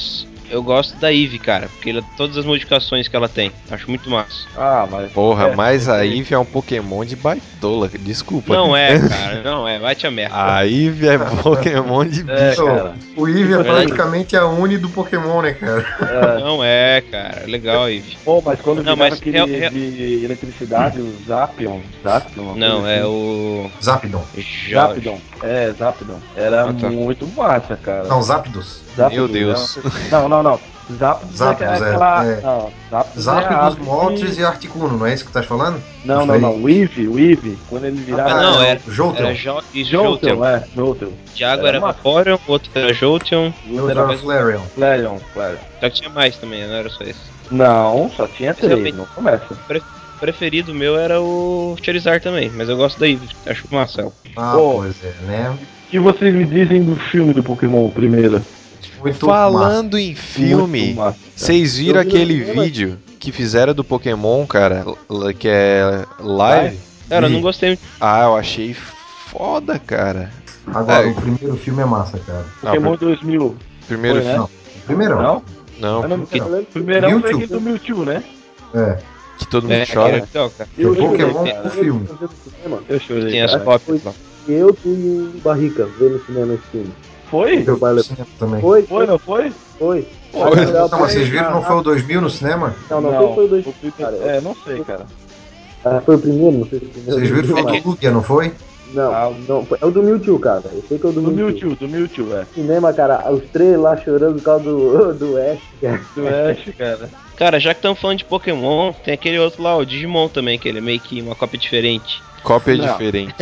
Eu gosto da Eve, cara, porque ela, todas as modificações que ela tem, acho muito massa. Ah, mas... Porra, é, mas é, a é. Eve é um Pokémon de baitola, desculpa. Não é, cara, não é, vai te a merda. A Eve é Pokémon de É, bicho. cara. O Eve é Verdade. praticamente a Uni do Pokémon, né, cara? É. Não é, cara, legal, Eve. Pô, mas quando Não, virava mas aquele real- real- de eletricidade, o Zapion, Zapion, uma Não, coisa é assim. o... Zapdon. Zapdon, é, Zapdon. Era Ah, tá. muito massa, cara. Não, Zapdos. Zapdos, Meu Deus. é uma- Não, não, não. Zapdos, Zapdos, é é, aquela... é. Não, Zapdos é a Zapdos, ave Moltres que- e Articuno, não é isso que tu estás falando? Não, não, não. O Eevee, o Eevee, quando ele Ah, virava... não, é era, o Jolteon. era Jo- e Jolteon, Jolteon. é, Jolteon. De água Era era massa. Vaporeon, o outro era Jolteon, E outro era Flareon. Flareon, Flareon. só que tinha mais também, não era só esse. Não, só tinha três, Realmente. não começa. Pre- preferido meu era o Charizard também, mas eu gosto da Eve, acho massa ela. Ah, Ô. pois é, né? O que vocês me dizem do filme do Pokémon, o primeiro? Muito Falando em filme, Muito massa. vocês viram Eu vi no aquele cinema. vídeo que fizeram do Pokémon, cara, l- que é live? Cara, eu Vi. não gostei muito. Ah, eu achei foda, cara. Agora, É. o primeiro filme é massa, cara. Pokémon dois mil. Primeiro Foi, né? filme. O primeiro Não? Não, Eu não Primeiro. o primeirão foi Mewtwo. aquele do Mewtwo, né? É. que todo mundo É, chora. é legal, cara. É Pokémon cara. o filme. Eu vi no cinema. Eu chorei. Tem as cara. cópias lá. Eu fui o Barrica ver no cinema esse filme. Foi? Meu pai No levou. cinema também. Foi, Foi, não foi? foi. Foi. Mas legal, Não, mas vocês foi- viram, não foi o dois mil no cinema? Não, não, sei se foi o dois. o primeiro- Cara, É, não sei, cara. Ah, foi o primeiro, não sei se foi o primeiro. Vocês viram, foi o mas- do Lugia, não foi? Não, Ah, não, foi- é o do Mewtwo, cara. Eu sei que é o do, Do Mewtwo. Mewtwo, do Mewtwo, é. Cinema, cara, os três lá chorando por causa do, do Ash, cara. Do Ash, cara. Cara, já que estamos falando de Pokémon, tem aquele outro lá, o Digimon também, que ele é meio que uma cópia diferente. Cópia Não. diferente.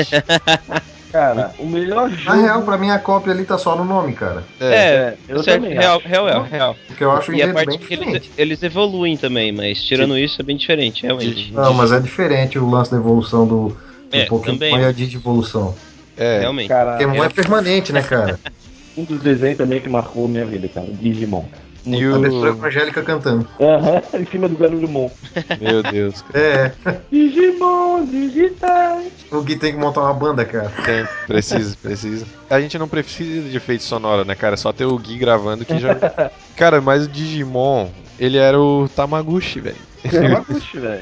Cara, o melhor Na jogo... real, pra mim, a cópia ali tá só no nome, cara. É, eu certo, também real, acho. real, é, real. Porque eu acho o E a enredo parte bem que eles, diferente. eles evoluem também, mas tirando isso é bem diferente, realmente. Não, mas é diferente o lance da evolução do, do É, Pokémon também, e a mas- Digivolução. É, Realmente. Cara, Pokémon é permanente, né, cara? um dos desenhos também que marcou minha vida, cara. Digimon. e A abertura com o... a Angélica cantando. Aham, em cima do Garurumon. Meu Deus, É, Digimon, digitais. o Gui tem que montar uma banda, cara. tem, precisa, precisa. A gente não precisa de efeito sonoro, né, cara? Só ter o Gui gravando que já... Cara, mas o Digimon, ele era o Tamaguchi, velho. Tamaguchi, velho.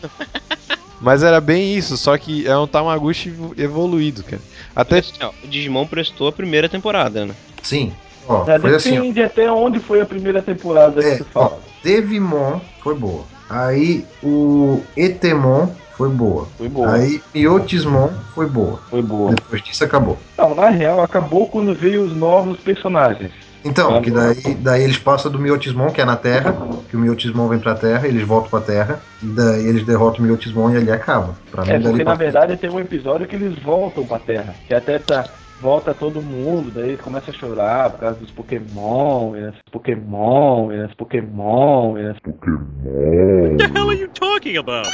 Mas era bem isso, só que é um Tamaguchi evoluído, cara. Até Assim, ó, o Digimon prestou a primeira temporada, né? Sim. Ó, É, foi assim, ó. depende até onde foi a primeira temporada É, que você ó, fala. Devimon foi boa. Aí o Etemon foi boa. Foi boa. Aí Miotismon foi boa. Foi boa. Depois disso acabou. Não, na real, acabou quando veio os novos personagens. Então, Ah, que daí, daí eles passam do Miotismon, que é na Terra, que o Miotismon vem pra Terra, eles voltam pra Terra, e daí eles derrotam o Miotismon e ali acaba. Pra mim, É, dali porque pra na verdade tem um episódio que eles voltam pra Terra. Que até tá. Volta todo mundo, daí eles começam a chorar por causa dos Pokémon, e esse Pokémon, e esse Pokémon, e esse What the hell are you talking about?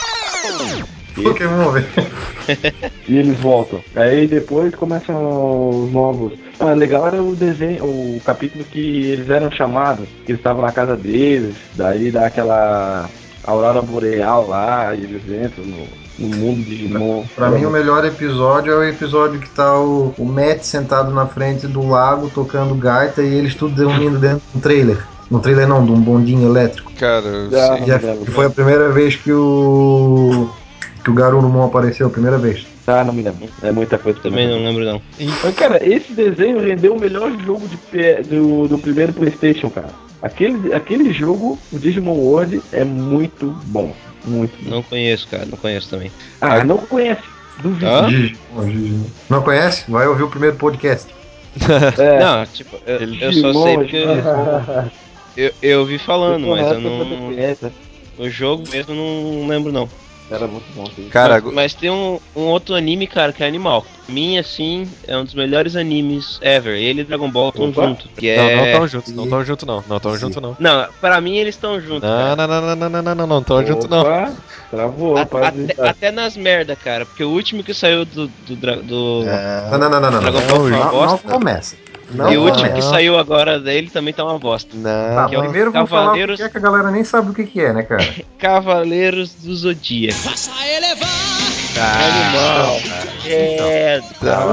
Pokémon, velho. E eles voltam. Aí depois começam os novos. Ah, legal era o desenho, o capítulo que eles eram chamados, que eles estavam na casa deles, daí dá aquela aurora boreal lá, e eles entram no, no mundo de Digimon. Pra mim, o melhor episódio é o episódio que tá o, o Matt sentado na frente do lago, tocando gaita, e eles tudo dormindo dentro de um trailer. Um trailer não, de um bondinho elétrico. cara, eu Já- sei. Que, é- que foi a primeira vez que o... que o Garurumon apareceu, a primeira vez. Ah, não me lembro. É muita coisa Também não lembro não. Mas, cara, esse desenho rendeu o melhor jogo de P- do, do primeiro PlayStation, cara. Aquele, aquele jogo, o Digimon World, é muito bom. Muito bom. Não conheço, cara, não conheço também. Ah, não conhece? Duvido. Hã? Gigi. Ó, Gigi. Não conhece? Vai ouvir o primeiro podcast. É. Não, tipo, eu, eu só sei porque eu, eu, eu ouvi falando, mas eu não. O jogo mesmo eu não lembro não. Era muito bom. Sim. Cara, mas, mas tem um, um outro anime, cara, que é animal. Pra mim, assim, é um dos melhores animes ever. Ele e Dragon Ball estão Opa. juntos. Que não, é... não tão juntos, não tão juntos não, não tão Sim. juntos não. Não, pra mim eles estão juntos. Não, cara. não, não, não, não, não, não, não, tão juntos não. Opa, travou, A- quase. até, até nas merda, cara. Porque o último que saiu do. do, dra- do Não, não, não, não, não. Dragon Não, Ball foi uma não, não bosta. começa. Não e o último não. que saiu agora dele também tá uma bosta. Não. Tá, que é o primeiro vamos falar o Cavaleiros- que é que a galera nem sabe o que que é, né, cara? Cavaleiros do Zodíaco. Faça elevar Ah, Animal. cara. Credo.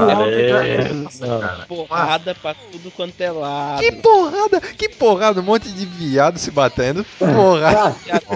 Não. Porrada pra tudo quanto é lado. Que porrada, que porrada, um monte de viado se batendo. Porrada.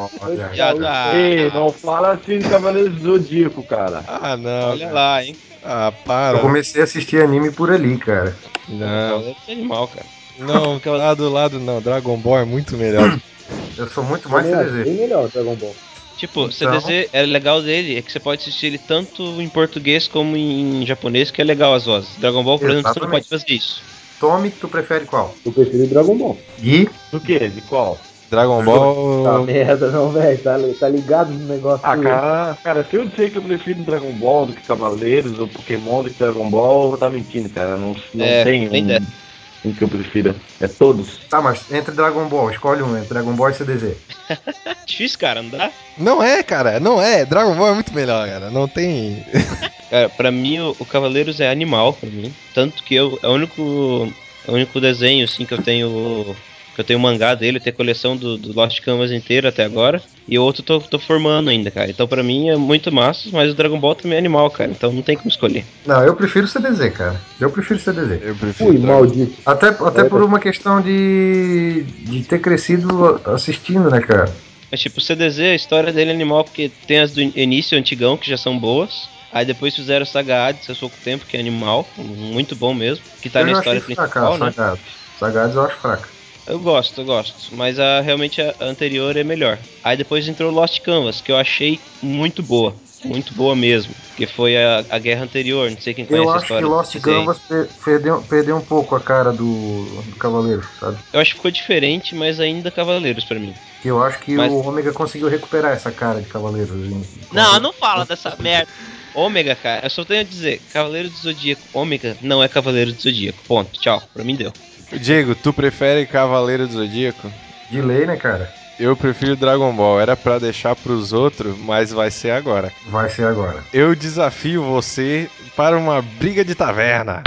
Viado, ah, Ei, não fala assim do Cavaleiros do Zodíaco, cara. Ah, não. olha cara. lá, hein. Ah, para. Eu comecei a assistir anime por ali, cara. Não, Deve ser animal, cara. não, lá do lado não. Dragon Ball é muito melhor. Eu sou muito mais Também acho C D Z. bem melhor o Dragon Ball. Tipo, Então- C D Z é legal dele, é que você pode assistir ele tanto em português como em japonês, que é legal as vozes. Dragon Ball, por exemplo, você não Exatamente. pode fazer isso. Tommy, tu prefere qual? Eu prefiro o Dragon Ball. Gui? Do que? De qual? Dragon Tá Ball. merda, não, velho. Tá, tá ligado no negócio. Ah, cara, cara, se eu disser que eu prefiro Dragon Ball do que Cavaleiros, ou Pokémon do que Dragon Ball, eu vou estar mentindo, cara. Não, não É, tem nem um, dessa. um que eu prefira. É todos. Tá, mas entre Dragon Ball, escolhe um, entre Dragon Ball e C D Z. Difícil, cara, não dá? Não é, cara, não é. Dragon Ball é muito melhor, cara. Não tem. Cara, pra mim, o, o Cavaleiros é animal, pra mim. Tanto que eu, é o único, é o único desenho, assim, que eu tenho... Que eu tenho mangá dele, tenho coleção do, do Lost Canvas inteiro até agora. E o outro eu tô, tô formando ainda, cara. Então pra mim é muito massa, mas o Dragon Ball também é animal, cara. Então não tem como escolher. Não, eu prefiro C D Z, cara. Eu prefiro C D Z. Eu prefiro. Ui, Dragon- maldito. Até, até É, por tá- uma questão de, de ter crescido assistindo, né, cara? Mas tipo, o C D Z, a história dele é animal porque tem as do início antigão, que já são boas. Aí depois fizeram Saga Hades, há pouco tempo, que é animal. Muito bom mesmo. Que tá eu na já história achei principal, fraca, né? Sagados. Sagados eu acho fraca. Eu gosto, eu gosto. Mas a, realmente a anterior é melhor. Aí depois entrou Lost Canvas, que eu achei muito boa. Muito boa mesmo. Que foi a, a guerra anterior. Não sei quem conhece Eu a acho que história. Lost desse aí. Canvas per- perdeu, perdeu um pouco a cara do, do Cavaleiro, sabe? Eu acho que ficou diferente, mas ainda Cavaleiros pra mim. Que eu acho que Mas- o Ômega conseguiu recuperar essa cara de Cavaleiro. assim. Não, não fala dessa merda. Ômega, cara, eu só tenho a dizer, Cavaleiro do Zodíaco, Ômega não é Cavaleiro do Zodíaco. Ponto, tchau, pra mim deu. Diego, tu prefere Cavaleiro do Zodíaco? De lei, né, cara? Eu prefiro Dragon Ball. Era pra deixar pros outros, mas vai ser agora. Vai ser agora. Eu desafio você para uma briga de taverna.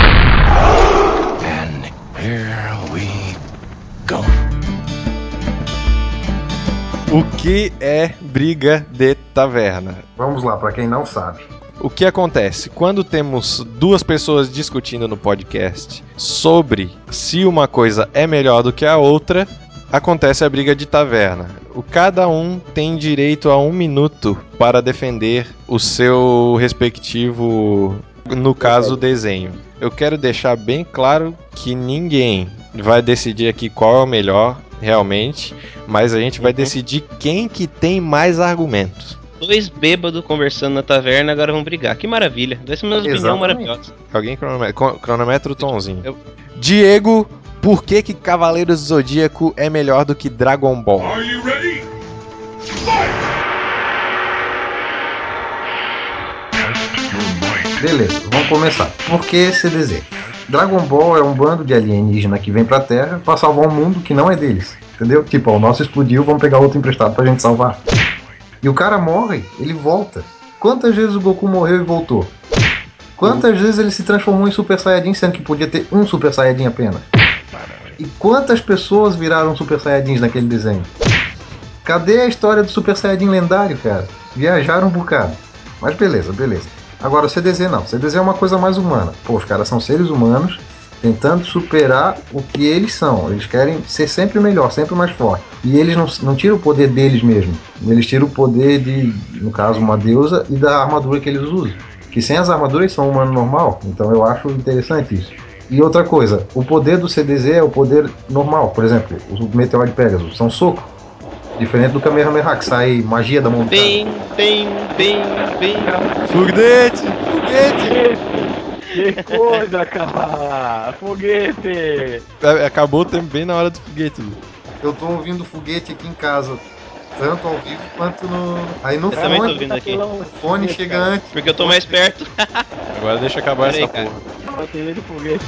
And here we go. O que é briga de taverna? Vamos lá, pra quem não sabe. O que acontece? Quando temos duas pessoas discutindo no podcast sobre se uma coisa é melhor do que a outra, acontece a briga de taverna. O cada um tem direito a um minuto para defender o seu respectivo, no caso, desenho. Eu quero deixar bem claro que ninguém vai decidir aqui qual é o melhor, realmente, mas a gente vai decidir quem que tem mais argumentos. Dois bêbados conversando na taverna, agora vão brigar. Que maravilha. Vai ser uma opinião Exatamente. maravilhosa. Alguém cronometra, co- cronometra o tonzinho. Eu- Diego, por que que Cavaleiros do Zodíaco é melhor do que Dragon Ball? Beleza, vamos começar. Por que C D Z? Dragon Ball é um bando de alienígena que vem pra Terra pra salvar um mundo que não é deles. Entendeu? Tipo, ó, o nosso explodiu, vamos pegar outro emprestado pra gente salvar. E o cara morre, ele volta. Quantas vezes o Goku morreu e voltou? Quantas vezes ele se transformou em Super Saiyajin, sendo que podia ter um Super Saiyajin apenas? E quantas pessoas viraram Super Saiyajins naquele desenho? Cadê a história do Super Saiyajin lendário, cara? Viajaram um bocado. Mas beleza, beleza. Agora o C D Z não. O C D Z é uma coisa mais humana. Pô, os caras são seres humanos tentando superar o que eles são. Eles querem ser sempre melhor, sempre mais forte. E eles não, não tiram o poder deles mesmos. Eles tiram o poder de, no caso, uma deusa e da armadura que eles usam. Que sem as armaduras eles são um humano normal. Então eu acho interessante isso. E outra coisa, o poder do C D Z é o poder normal. Por exemplo, o Meteor de Pegasus são soco. Diferente do Kamehameha, que sai magia da montanha. Bem, bem, bem, bem. Foguete! Foguete! Que coisa, cara! Foguete! É, Acabou o tempo bem na hora do foguete. Eu tô ouvindo foguete aqui em casa, tanto ao vivo quanto no. Aí no Eu também tô fone, ouvindo aqui. o fone chega antes. Porque eu tô mais perto. Agora deixa acabar Pera aí, essa cara. porra. Bateria de foguete.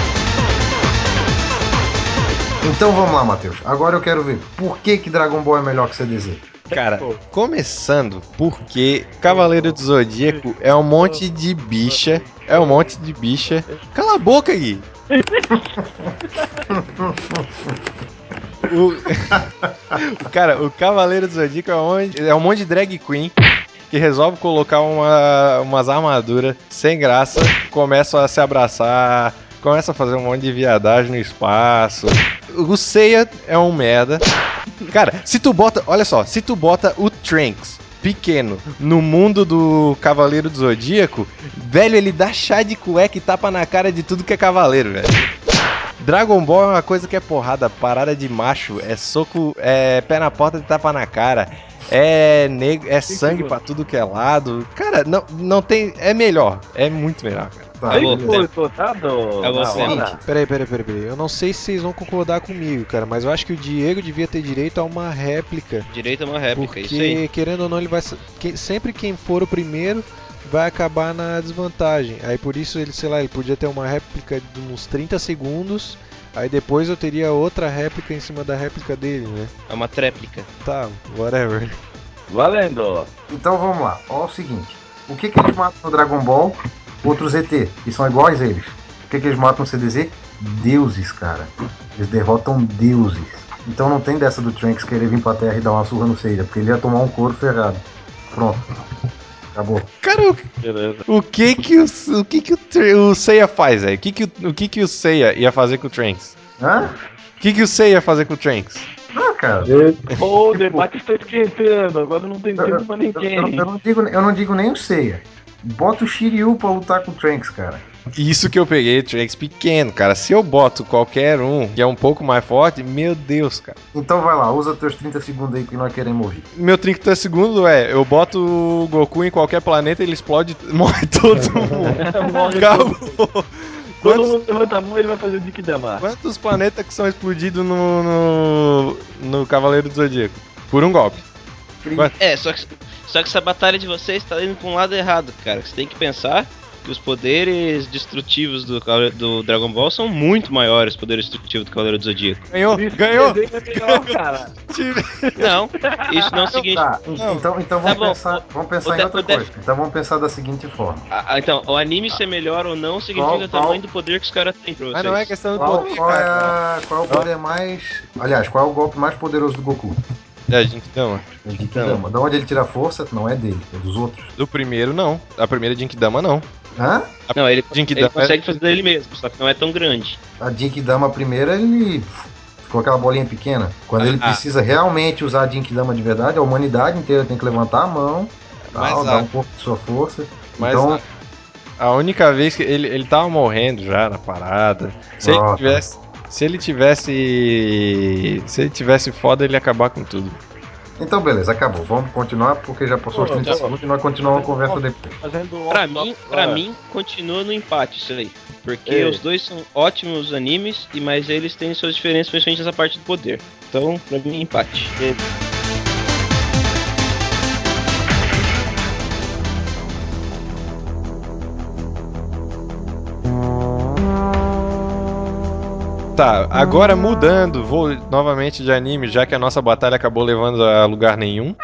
Então vamos lá, Matheus. Agora eu quero ver por que, que Dragon Ball é melhor que C D Z. Cara, começando porque Cavaleiro do Zodíaco é um monte de bicha. É um monte de bicha. Cala a boca, Gui! o... o cara, o Cavaleiro do Zodíaco é um, monte, é um monte de drag queen que resolve colocar uma, umas armaduras sem graça, começam a se abraçar, começam a fazer um monte de viadagem no espaço. O Seiya é um merda. Cara, se tu bota, olha só, se tu bota o Trunks pequeno no mundo do Cavaleiro do Zodíaco, velho, ele dá chá de cueca e tapa na cara de tudo que é cavaleiro, velho. Dragon Ball é uma coisa que é porrada, parada de macho, é soco, é pé na porta e tapa na cara, é negro, é sangue pra tudo que é lado. Cara, não, não tem, é melhor, é muito melhor, cara. Tá, Ele beleza. foi cortado É na você. hora. Peraí, peraí, peraí, peraí. Eu não sei se vocês vão concordar comigo, cara, mas eu acho que o Diego devia ter direito a uma réplica. Direito a uma réplica, isso aí. Porque, querendo ou não, ele vai. sa- que- Sempre quem for o primeiro vai acabar na desvantagem. Aí por isso ele, sei lá, ele podia ter uma réplica de uns trinta segundos. Aí depois eu teria outra réplica em cima da réplica dele, né? É uma tréplica. Tá, whatever. Valendo. Então vamos lá. Ó, o seguinte. O que que eles matam no Dragon Ball? Outros Z T, que são iguais a eles. O que que eles matam no C D Z? Deuses, cara. Eles derrotam deuses. Então não tem dessa do Trunks querer vir pra Terra e dar uma surra no Seiya, porque ele ia tomar um couro ferrado. Pronto. Acabou. Cara, o, Beleza. o que que o, o que que o, Tr- o Seiya faz, velho? O que que o, o que que o Seiya ia fazer com o Trunks? Hã? O que que o Seiya ia fazer com o Trunks? Ah, cara. Ô, o debate está esquentando, agora não tem tempo pra Eu, eu- ninguém. eu não digo, eu não digo nem o Seiya. Bota o Shiryu pra lutar com o Trunks, cara. Isso que eu peguei, Trunks pequeno, cara. Se eu boto qualquer um que é um pouco mais forte, meu Deus, cara. Então vai lá, usa teus trinta segundos aí que nós queremos ouvir. Meu trinta segundos é, eu boto o Goku em qualquer planeta, ele explode, morre todo mundo. Morre Acabou. Todo Quantos, mundo levanta a mão e ele vai fazer o Dikidama. quantos planetas que são explodidos no, no, no Cavaleiro do Zodíaco? Por um golpe. Quantos? É, só que, só que essa batalha de vocês tá indo pra um lado errado, cara. Você tem que pensar que os poderes destrutivos do, Cavaleiro- do Dragon Ball são muito maiores que os poderes destrutivos do Cavaleiro do Zodíaco. Ganhou, Isso, ganhou. desenho é melhor, cara. Não, isso não significa... Tá, então, então vamos bom. pensar, vamos pensar O em de- outra o de- coisa. Então vamos pensar da seguinte forma. Ah, ah, então, o anime ser melhor ou não significa Qual- o tamanho qual- do poder que os caras têm pra vocês. Mas não é questão do Qual, poder, qual é, cara. a- qual é o poder mais... Aliás, qual é o golpe mais poderoso do Goku? É, Jinkidama. É o Genkidama. Da onde ele tira a força, não é dele, é dos outros. Do primeiro, não. A primeira Jinkidama, não. Hã? Não, ele, Jinkidama ele consegue fazer dele mesmo, só que não é tão grande. A Genkidama primeira, ele ficou aquela bolinha pequena. Quando ele Ah. precisa realmente usar a Genkidama de verdade, a humanidade inteira tem que levantar a mão, tal, Mas dar a- um pouco de sua força. Mas então, a, a única vez que ele, ele tava morrendo já na parada. Se ele Nossa. tivesse. Se ele tivesse. Se ele tivesse foda, ele ia acabar com tudo. então beleza, acabou. Vamos continuar porque já passou os Pô, trinta pô. segundos e nós continuamos a conversa depois. Fazendo Pra off- mim, pra Ah, mim, continua no empate isso aí. Porque Ei. os dois são ótimos animes, e mas eles têm suas diferenças, principalmente essa parte do poder. Então, pra mim, empate. Tá, agora mudando, vou novamente de anime, já que a nossa batalha acabou levando a lugar nenhum.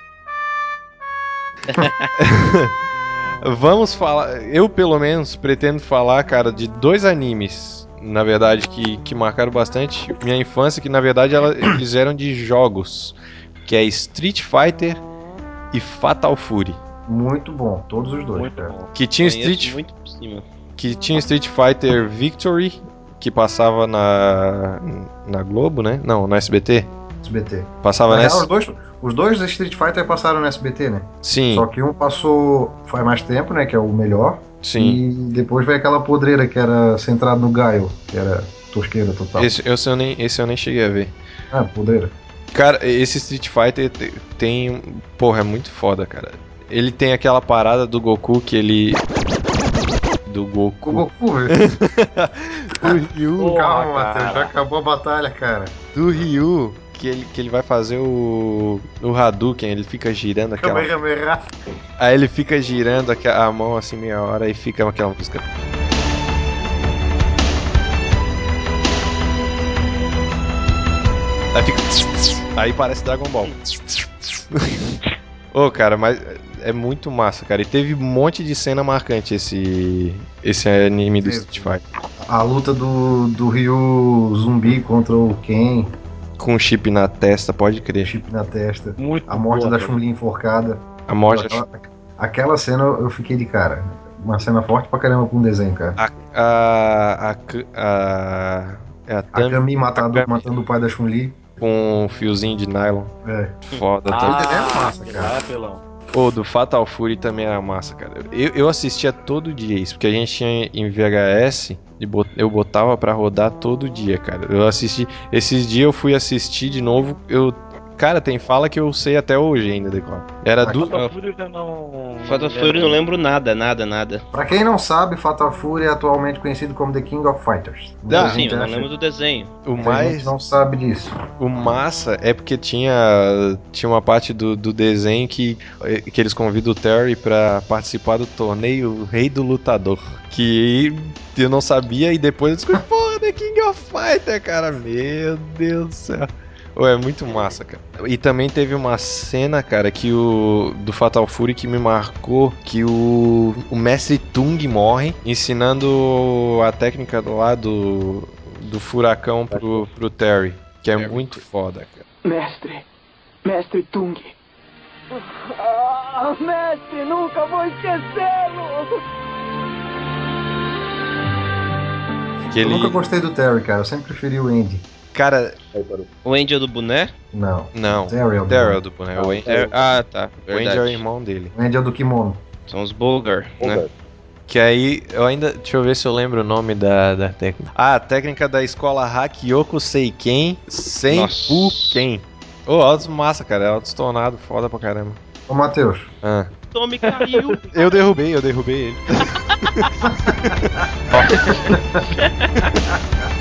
Vamos falar. Eu, pelo menos, pretendo falar, cara, de dois animes, na verdade, que, que marcaram bastante minha infância, que na verdade ela, eles eram de jogos, que é Street Fighter e Fatal Fury. Muito bom, todos os dois, Muito cara. bom. Que tinha Conheço Street, muito por cima. que tinha Street Fighter Victory, que passava na, na Globo, né? Não, no S B T. S B T. Passava Na real, nessa. os, dois, os dois Street Fighter passaram no S B T, né? Sim, Só que um passou faz mais tempo, né? Que é o melhor. sim. E depois veio aquela podreira que era centrada no Gaio, que era tosqueira total. Esse, esse, eu nem, esse eu nem cheguei a ver. Ah, podreira. Cara, esse Street Fighter te- tem. Porra, é muito foda, cara. Ele tem aquela parada do Goku que ele. Do O Goku. Goku, velho. Do Ryu. Porra, Calma, Matheus, cara. já acabou a batalha, cara. Do Ryu. Que ele, que ele vai fazer o. O Hadouken, ele fica girando aquela. Kamehameha. Aí ele fica girando aqua- a mão assim meia hora e fica aquela música. Aí fica. Aí parece Dragon Ball. Ô, cara, mas é muito massa, cara. E teve um monte de cena marcante esse. Esse anime do Teve. Street Fighter. A luta do, do Ryu zumbi contra o Ken, Com um chip na testa, pode crer. chip na testa. Muito A morte boa, da cara. Chun-Li enforcada. A morte. Aquela, aquela cena eu fiquei de cara. Uma cena forte pra caramba com um desenho, cara. A. A. A. a, é a, A Tam- Kami matado, a Kami matando o pai da Chun-Li. com um fiozinho de nylon. É. Foda também. Aquele desenho é massa, lá cara. é pelão. Pô, do Fatal Fury também era massa, cara. Eu, eu assistia todo dia isso, porque a gente tinha em V H S e bot- eu botava pra rodar todo dia, cara. Eu assisti. Esses dias eu fui assistir de novo. Eu. Cara, tem fala que eu sei até hoje ainda, Declan. Era Ah, do. Fatal Fury eu já não. Fatal Fury eu não lembro nada, nada, nada. Pra quem não sabe, Fatal Fury é atualmente conhecido como The King of Fighters. Ah, Muita Sim, gente eu não acha- lembro do desenho. O muita mais. gente não sabe disso. O massa é porque tinha, tinha uma parte do, do desenho que, que eles convidam o Terry pra participar do torneio Rei do Lutador. Que eu não sabia e depois eu descobri, porra, The King of Fighter, cara. Meu Deus do céu. Pô, é muito massa, cara. E também teve uma cena, cara, que o do Fatal Fury que me marcou, que o, o Mestre Tung morre, ensinando a técnica lá do, do furacão pro, pro Terry. Que é muito foda, cara. Mestre, Mestre Tung. Ah, mestre, nunca vou esquecê-lo. Que Eu ele... nunca gostei do Terry, cara. Eu sempre preferi o Andy. Cara... O Andy é do boné? Não. Não. Terry é o do Terry é boné. o do boné. O Andy, É- Ah, tá. o Andy é o irmão dele. O Andy é o do kimono. São os Bulgar, né? Que aí, eu ainda. Deixa eu ver se eu lembro o nome da, da técnica. Ah, a técnica da escola Hakyoku Seiken Senpu Ken. Ô, oh, altos massa, cara. É altos tornado, foda pra caramba. Ô, Matheus. Ah. Tommy caiu. Eu derrubei, eu derrubei ele.